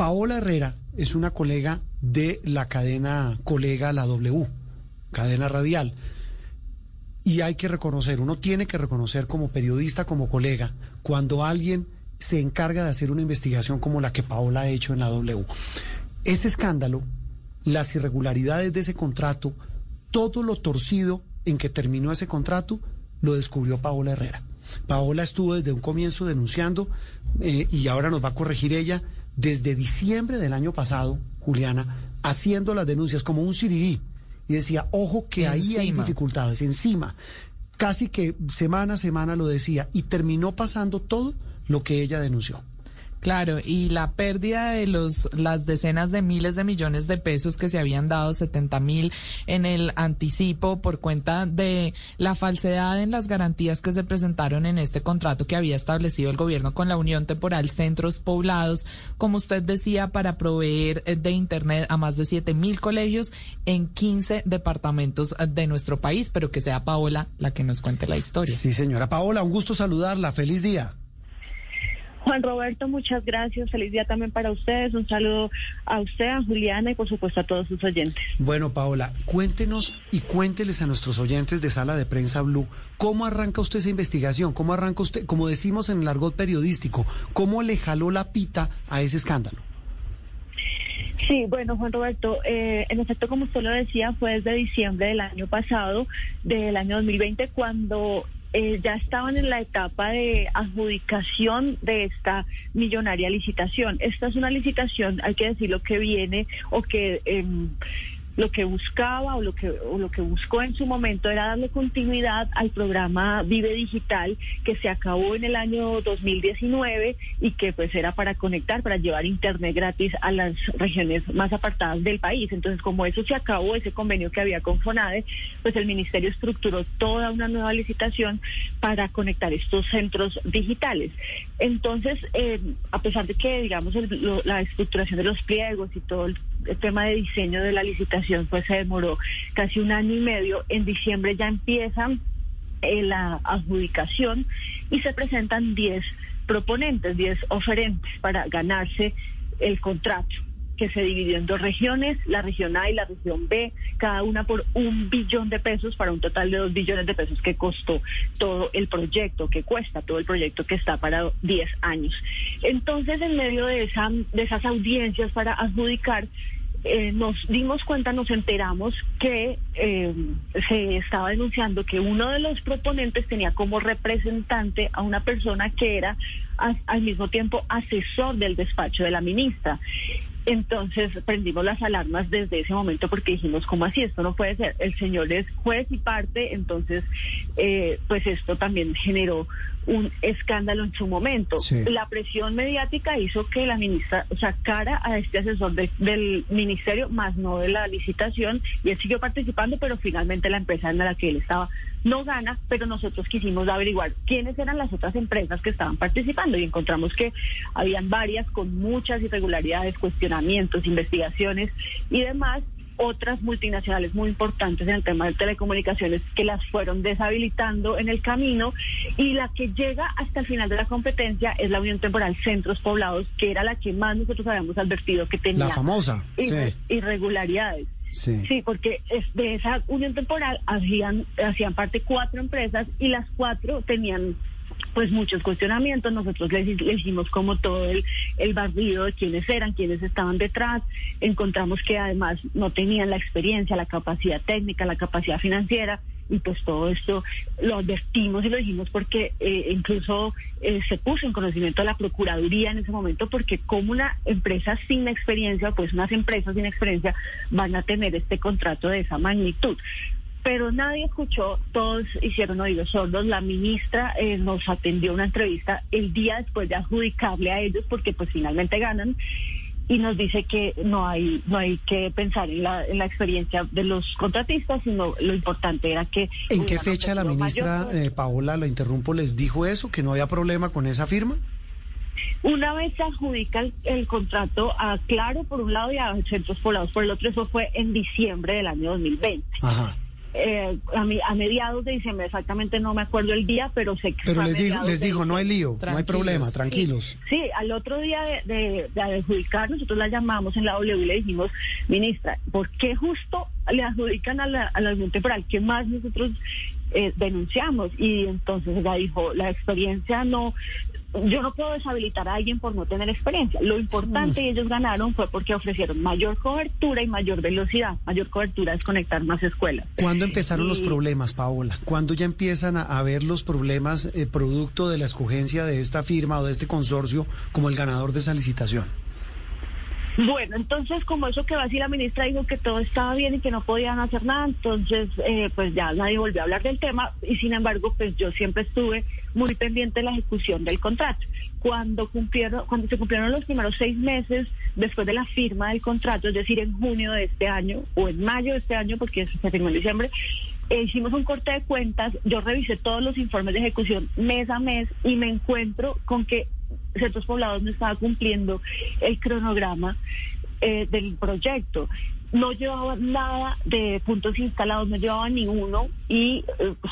Paola Herrera es una colega de la cadena colega La W, cadena radial. Y hay que reconocer, uno tiene que reconocer como periodista, como colega, cuando alguien se encarga de hacer una investigación como la que Paola ha hecho en la W. Ese escándalo, las irregularidades de ese contrato, todo lo torcido en que terminó ese contrato, lo descubrió Paola Herrera. Paola estuvo desde un comienzo denunciando y ahora nos va a corregir ella, desde diciembre del año pasado, Juliana, haciendo las denuncias como un sirirí. Y decía, ojo que ahí hay dificultades, encima. Casi que semana a semana lo decía y terminó pasando todo lo que ella denunció. Claro, y la pérdida de las decenas de miles de millones de pesos que se habían dado, 70.000 en el anticipo por cuenta de la falsedad en las garantías que se presentaron en este contrato que había establecido el gobierno con la Unión Temporal Centros Poblados, como usted decía, para proveer de Internet a más de 7.000 colegios en 15 departamentos de nuestro país, pero que sea Paola la que nos cuente la historia. Sí, señora Paola, un gusto saludarla, feliz día. Juan Roberto, muchas gracias. Feliz día también para ustedes. Un saludo a usted, a Juliana y por supuesto a todos sus oyentes. Bueno, Paola, cuéntenos y cuénteles a nuestros oyentes de Sala de Prensa Blue, ¿cómo arranca usted esa investigación? ¿Cómo arranca usted, como decimos en el argot periodístico, cómo le jaló la pita a ese escándalo? Sí, bueno, Juan Roberto, en efecto, como usted lo decía, fue desde diciembre del año pasado, del año 2020, cuando ya estaban en la etapa de adjudicación de esta millonaria licitación. Esta es una licitación, hay que decir lo que viene o que lo que buscaba o lo que buscó en su momento era darle continuidad al programa Vive Digital, que se acabó en el año 2019 y que pues era para conectar, para llevar internet gratis a las regiones más apartadas del país. Entonces, como eso se acabó, ese convenio que había con FONADE, pues el ministerio estructuró toda una nueva licitación para conectar estos centros digitales. Entonces, a pesar de que, digamos, la estructuración de los pliegos y todo el tema de diseño de la licitación pues se demoró casi 1 año y medio, en diciembre ya empieza la adjudicación y se presentan 10 proponentes, 10 oferentes para ganarse el contrato, que se dividió en 2 regiones, la región A y la región B, cada una por $1 billón para un total de $2 billones que costó todo el proyecto, que cuesta todo el proyecto, que está para 10 años. Entonces, en medio de esas audiencias para adjudicar, nos dimos cuenta, nos enteramos que se estaba denunciando que uno de los proponentes tenía como representante a una persona que era al mismo tiempo asesor del despacho de la ministra. Entonces prendimos las alarmas desde ese momento porque dijimos, ¿cómo así? Esto no puede ser. El señor es juez y parte, entonces pues esto también generó un escándalo en su momento. Sí. La presión mediática hizo que la ministra sacara a este asesor del ministerio, más no de la licitación, y él siguió participando, pero finalmente la empresa en la que él estaba no gana, pero nosotros quisimos averiguar quiénes eran las otras empresas que estaban participando y encontramos que habían varias con muchas irregularidades, cuestionamientos, investigaciones y demás. Otras multinacionales muy importantes en el tema de telecomunicaciones que las fueron deshabilitando en el camino, y la que llega hasta el final de la competencia es la Unión Temporal Centros Poblados, que era la que más nosotros habíamos advertido que tenía la famosa irregularidades. Sí, porque de esa unión temporal hacían parte 4 empresas y las 4 tenían pues muchos cuestionamientos. Nosotros le hicimos como todo el barrido de quiénes eran, quiénes estaban detrás. Encontramos que además no tenían la experiencia, la capacidad técnica, la capacidad financiera, y pues todo esto lo advertimos y lo dijimos porque incluso se puso en conocimiento de la Procuraduría en ese momento, porque como una empresa sin experiencia, pues unas empresas sin experiencia van a tener este contrato de esa magnitud. Pero nadie escuchó, todos hicieron oídos sordos. La ministra nos atendió una entrevista el día después de adjudicarle a ellos, porque pues finalmente ganan, y nos dice que no hay que pensar en la experiencia de los contratistas, sino lo importante era que... ¿En qué fecha la ministra, Paola, la interrumpo, les dijo eso, que no había problema con esa firma? Una vez se adjudica el contrato a Claro por un lado y a Centros Poblados por el otro, eso fue en diciembre del año 2020. Ajá. a mediados de diciembre, exactamente no me acuerdo el día, pero sé que... Pero les dijo, no hay lío, no hay problema, tranquilos. Sí, al otro día de adjudicar, nosotros la llamamos en la W y le dijimos, ministra, ¿por qué justo le adjudican a la Unión Temporal? ¿Qué más nosotros denunciamos? Y entonces ella dijo, la experiencia no... Yo no puedo deshabilitar a alguien por no tener experiencia. Lo importante y ellos ganaron fue porque ofrecieron mayor cobertura y mayor velocidad. Mayor cobertura es conectar más escuelas. ¿Cuándo empezaron los problemas, Paola? ¿Cuándo ya empiezan a ver los problemas producto de la escogencia de esta firma o de este consorcio como el ganador de esa licitación? Bueno, entonces como eso quedó así, la ministra dijo que todo estaba bien y que no podían hacer nada, entonces pues ya nadie volvió a hablar del tema y sin embargo pues yo siempre estuve muy pendiente de la ejecución del contrato. Cuando se cumplieron los primeros 6 meses después de la firma del contrato, es decir, en junio de este año o en mayo de este año, porque se firmó en diciembre, hicimos un corte de cuentas, yo revisé todos los informes de ejecución mes a mes y me encuentro con que Centros Poblados no estaba cumpliendo el cronograma del proyecto. No llevaba nada de puntos instalados, no llevaba ni uno y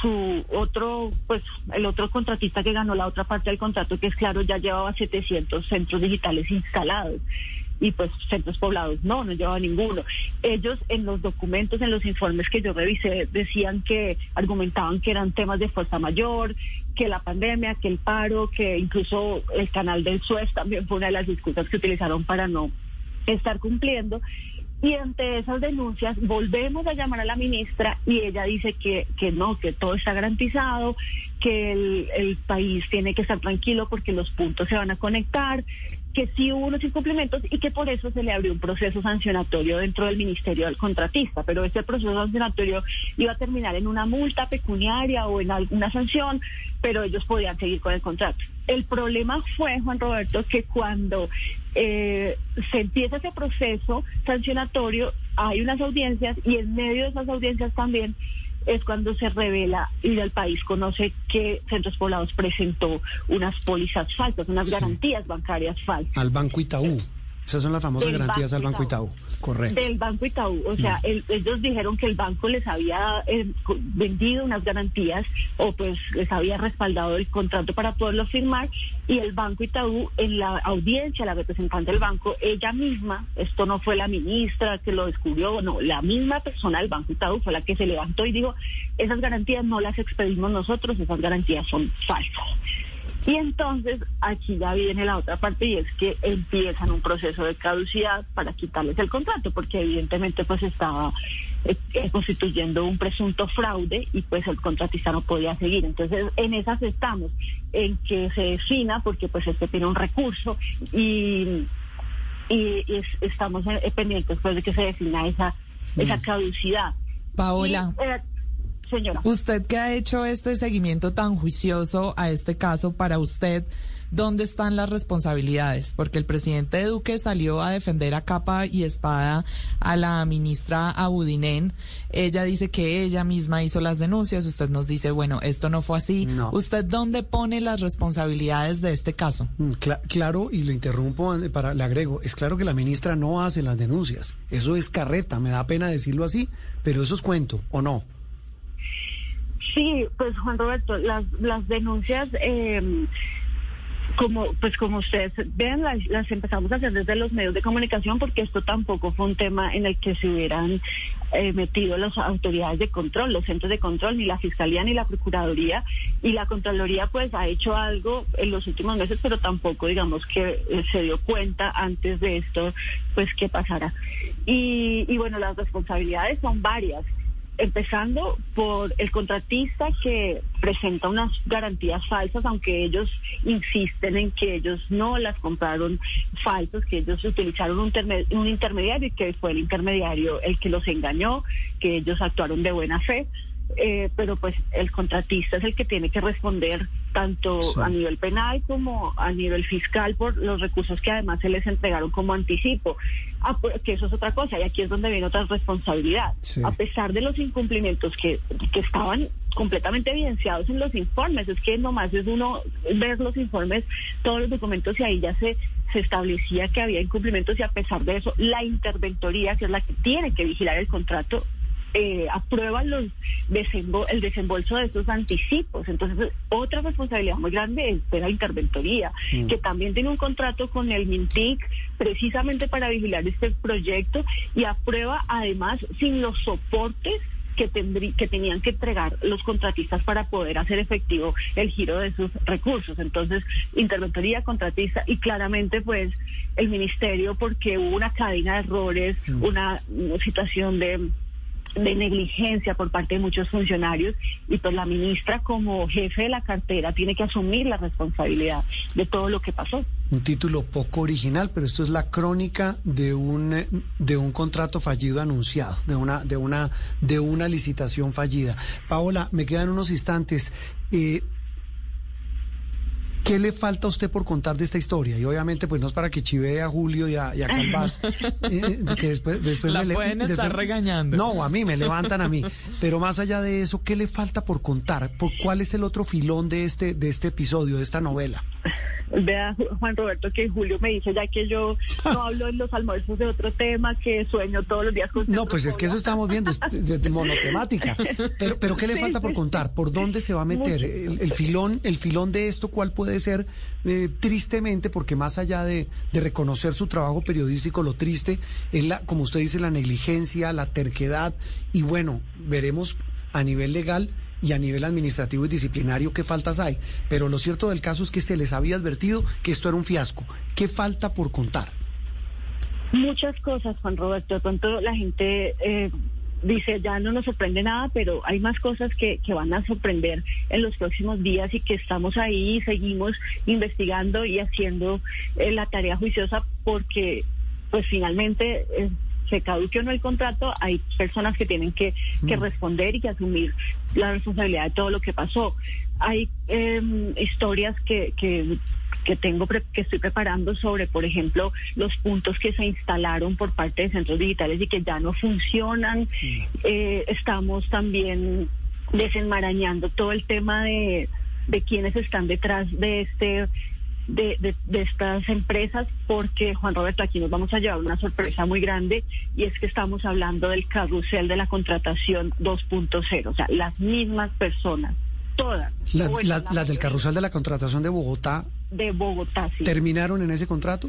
el otro contratista que ganó la otra parte del contrato, que es Claro, ya llevaba 700 centros digitales instalados. Y pues Centros Poblados no llevaba ninguno. Ellos en los documentos, en los informes que yo revisé, argumentaban que eran temas de fuerza mayor, que la pandemia, que el paro, que incluso el canal del Suez también fue una de las excusas que utilizaron para no estar cumpliendo. Y ante esas denuncias volvemos a llamar a la ministra y ella dice que no, que todo está garantizado, que el país tiene que estar tranquilo porque los puntos se van a conectar, que sí hubo unos incumplimientos y que por eso se le abrió un proceso sancionatorio dentro del ministerio del contratista, pero ese proceso sancionatorio iba a terminar en una multa pecuniaria o en alguna sanción, pero ellos podían seguir con el contrato. El problema fue, Juan Roberto, que cuando se empieza ese proceso sancionatorio hay unas audiencias y en medio de esas audiencias también es cuando se revela y el país conoce que Centros Poblados presentó unas pólizas falsas, unas garantías bancarias falsas. Al Banco Itaú. Esas son las famosas garantías al Banco Itaú. Correcto. Del Banco Itaú. O sea, ellos dijeron que el banco les había vendido unas garantías o pues les había respaldado el contrato para poderlo firmar y el Banco Itaú, en la audiencia, la representante del banco, ella misma, esto no fue la ministra que lo descubrió, no, la misma persona del Banco Itaú fue la que se levantó y dijo, esas garantías no las expedimos nosotros, esas garantías son falsas. Y entonces aquí ya viene la otra parte y es que empiezan un proceso de caducidad para quitarles el contrato, porque evidentemente pues estaba constituyendo un presunto fraude y pues el contratista no podía seguir. Entonces en esas estamos, en que se defina, porque pues tiene un recurso y estamos pendientes pues de que se defina esa caducidad. Paola. Señora. Usted que ha hecho este seguimiento tan juicioso a este caso, para usted, ¿dónde están las responsabilidades? Porque el presidente Duque salió a defender a capa y espada a la ministra Abudinen. Ella dice que ella misma hizo las denuncias. Usted nos dice, bueno, esto no fue así. No. ¿Usted dónde pone las responsabilidades de este caso? Claro, y lo interrumpo, le agrego, es claro que la ministra no hace las denuncias. Eso es carreta, me da pena decirlo así, pero eso es cuento, ¿o no? Sí, pues Juan Roberto, las denuncias, como ustedes ven, las empezamos a hacer desde los medios de comunicación, porque esto tampoco fue un tema en el que se hubieran metido las autoridades de control, los centros de control, ni la Fiscalía ni la Procuraduría, y la Contraloría pues ha hecho algo en los últimos meses, pero tampoco digamos que se dio cuenta antes de esto pues que pasara. Y bueno, las responsabilidades son varias. Empezando por el contratista que presenta unas garantías falsas, aunque ellos insisten en que ellos no las compraron falsas, que ellos utilizaron un intermediario y que fue el intermediario el que los engañó, que ellos actuaron de buena fe. Pero pues el contratista es el que tiene que responder tanto a nivel penal como a nivel fiscal por los recursos que además se les entregaron como anticipo, que eso es otra cosa y aquí es donde viene otra responsabilidad. A pesar de los incumplimientos que estaban completamente evidenciados en los informes, es que nomás es uno ver los informes, todos los documentos y ahí ya se establecía que había incumplimientos y a pesar de eso la interventoría, que es la que tiene que vigilar el contrato, aprueba el desembolso de estos anticipos. Entonces, otra responsabilidad muy grande es de la interventoría, que también tiene un contrato con el MINTIC precisamente para vigilar este proyecto y aprueba además sin los soportes que tenían que entregar los contratistas para poder hacer efectivo el giro de sus recursos. Entonces, interventoría, contratista y claramente pues el ministerio, porque hubo una cadena de errores, una situación de negligencia por parte de muchos funcionarios, y pues la ministra como jefe de la cartera tiene que asumir la responsabilidad de todo lo que pasó. Un título poco original, pero esto es la crónica de un contrato fallido anunciado, de una licitación fallida. Paola, me quedan unos instantes. ¿Qué le falta a usted por contar de esta historia? Y obviamente, pues no es para que chivee a Julio y a Calvás, que después la pueden estar regañando. No, a mí, me levantan a mí. Pero más allá de eso, ¿qué le falta por contar? ¿Cuál es el otro filón de este episodio, de esta novela? Vea, Juan Roberto, que Julio me dice ya que yo no hablo en los almuerzos de otro tema, que sueño todos los días con... No, pues es que eso estamos viendo, es de monotemática. Pero ¿qué le falta por contar? ¿Por dónde se va a meter? El filón de esto, ¿cuál puede ser? Tristemente, porque más allá de reconocer su trabajo periodístico, lo triste es, como usted dice, la negligencia, la terquedad, y bueno, veremos a nivel legal y a nivel administrativo y disciplinario qué faltas hay. Pero lo cierto del caso es que se les había advertido que esto era un fiasco. ¿Qué falta por contar? Muchas cosas, Juan Roberto. De pronto la gente dice, ya no nos sorprende nada, pero hay más cosas que van a sorprender en los próximos días, y que estamos ahí y seguimos investigando y haciendo la tarea juiciosa, porque pues finalmente... se caduque o no el contrato, hay personas que tienen que responder y que asumir la responsabilidad de todo lo que pasó. Hay historias que estoy preparando sobre, por ejemplo, los puntos que se instalaron por parte de centros digitales y que ya no funcionan. Estamos también desenmarañando todo el tema de quienes están detrás de de estas empresas, porque, Juan Roberto, aquí nos vamos a llevar una sorpresa muy grande, y es que estamos hablando del carrusel de la contratación 2.0, o sea, las mismas personas, todas. Las del carrusel de la contratación de Bogotá. De Bogotá, sí. ¿Terminaron en ese contrato?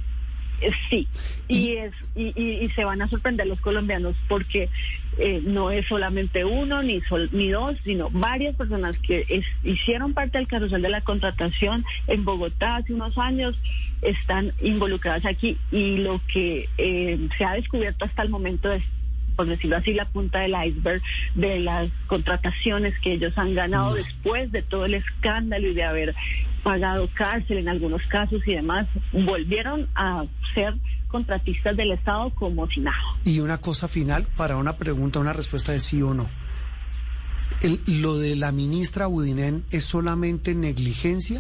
Sí, y se van a sorprender los colombianos, porque no es solamente uno ni dos, sino varias personas que hicieron parte del carrusel de la contratación en Bogotá hace unos años, están involucradas aquí, y lo que se ha descubierto hasta el momento es, por decirlo así, la punta del iceberg de las contrataciones que ellos han ganado después de todo el escándalo y de haber pagado cárcel en algunos casos y demás. Volvieron a ser contratistas del Estado como si nada. Y una cosa final para una pregunta, una respuesta de sí o no. ¿Lo de la ministra Budinen es solamente negligencia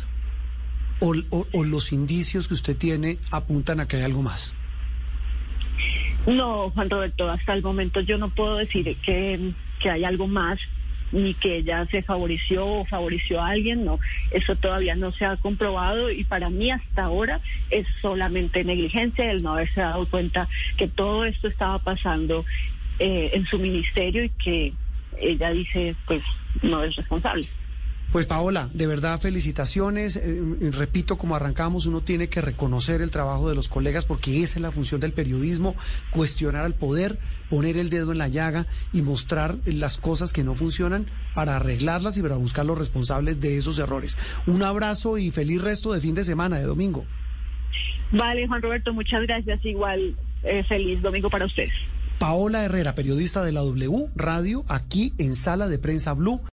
o los indicios que usted tiene apuntan a que hay algo más? No, Juan Roberto, hasta el momento yo no puedo decir que hay algo más, ni que ella se favoreció o favoreció a alguien, no, eso todavía no se ha comprobado, y para mí hasta ahora es solamente negligencia, el no haberse dado cuenta que todo esto estaba pasando en su ministerio, y que ella dice, pues, no es responsable. Pues Paola, de verdad felicitaciones. Repito, como arrancamos, uno tiene que reconocer el trabajo de los colegas, porque esa es la función del periodismo: cuestionar al poder, poner el dedo en la llaga y mostrar las cosas que no funcionan para arreglarlas y para buscar los responsables de esos errores. Un abrazo y feliz resto de fin de semana, de domingo. Vale, Juan Roberto, muchas gracias. Igual, feliz domingo para ustedes. Paola Herrera, periodista de la W Radio, aquí en Sala de Prensa Blue.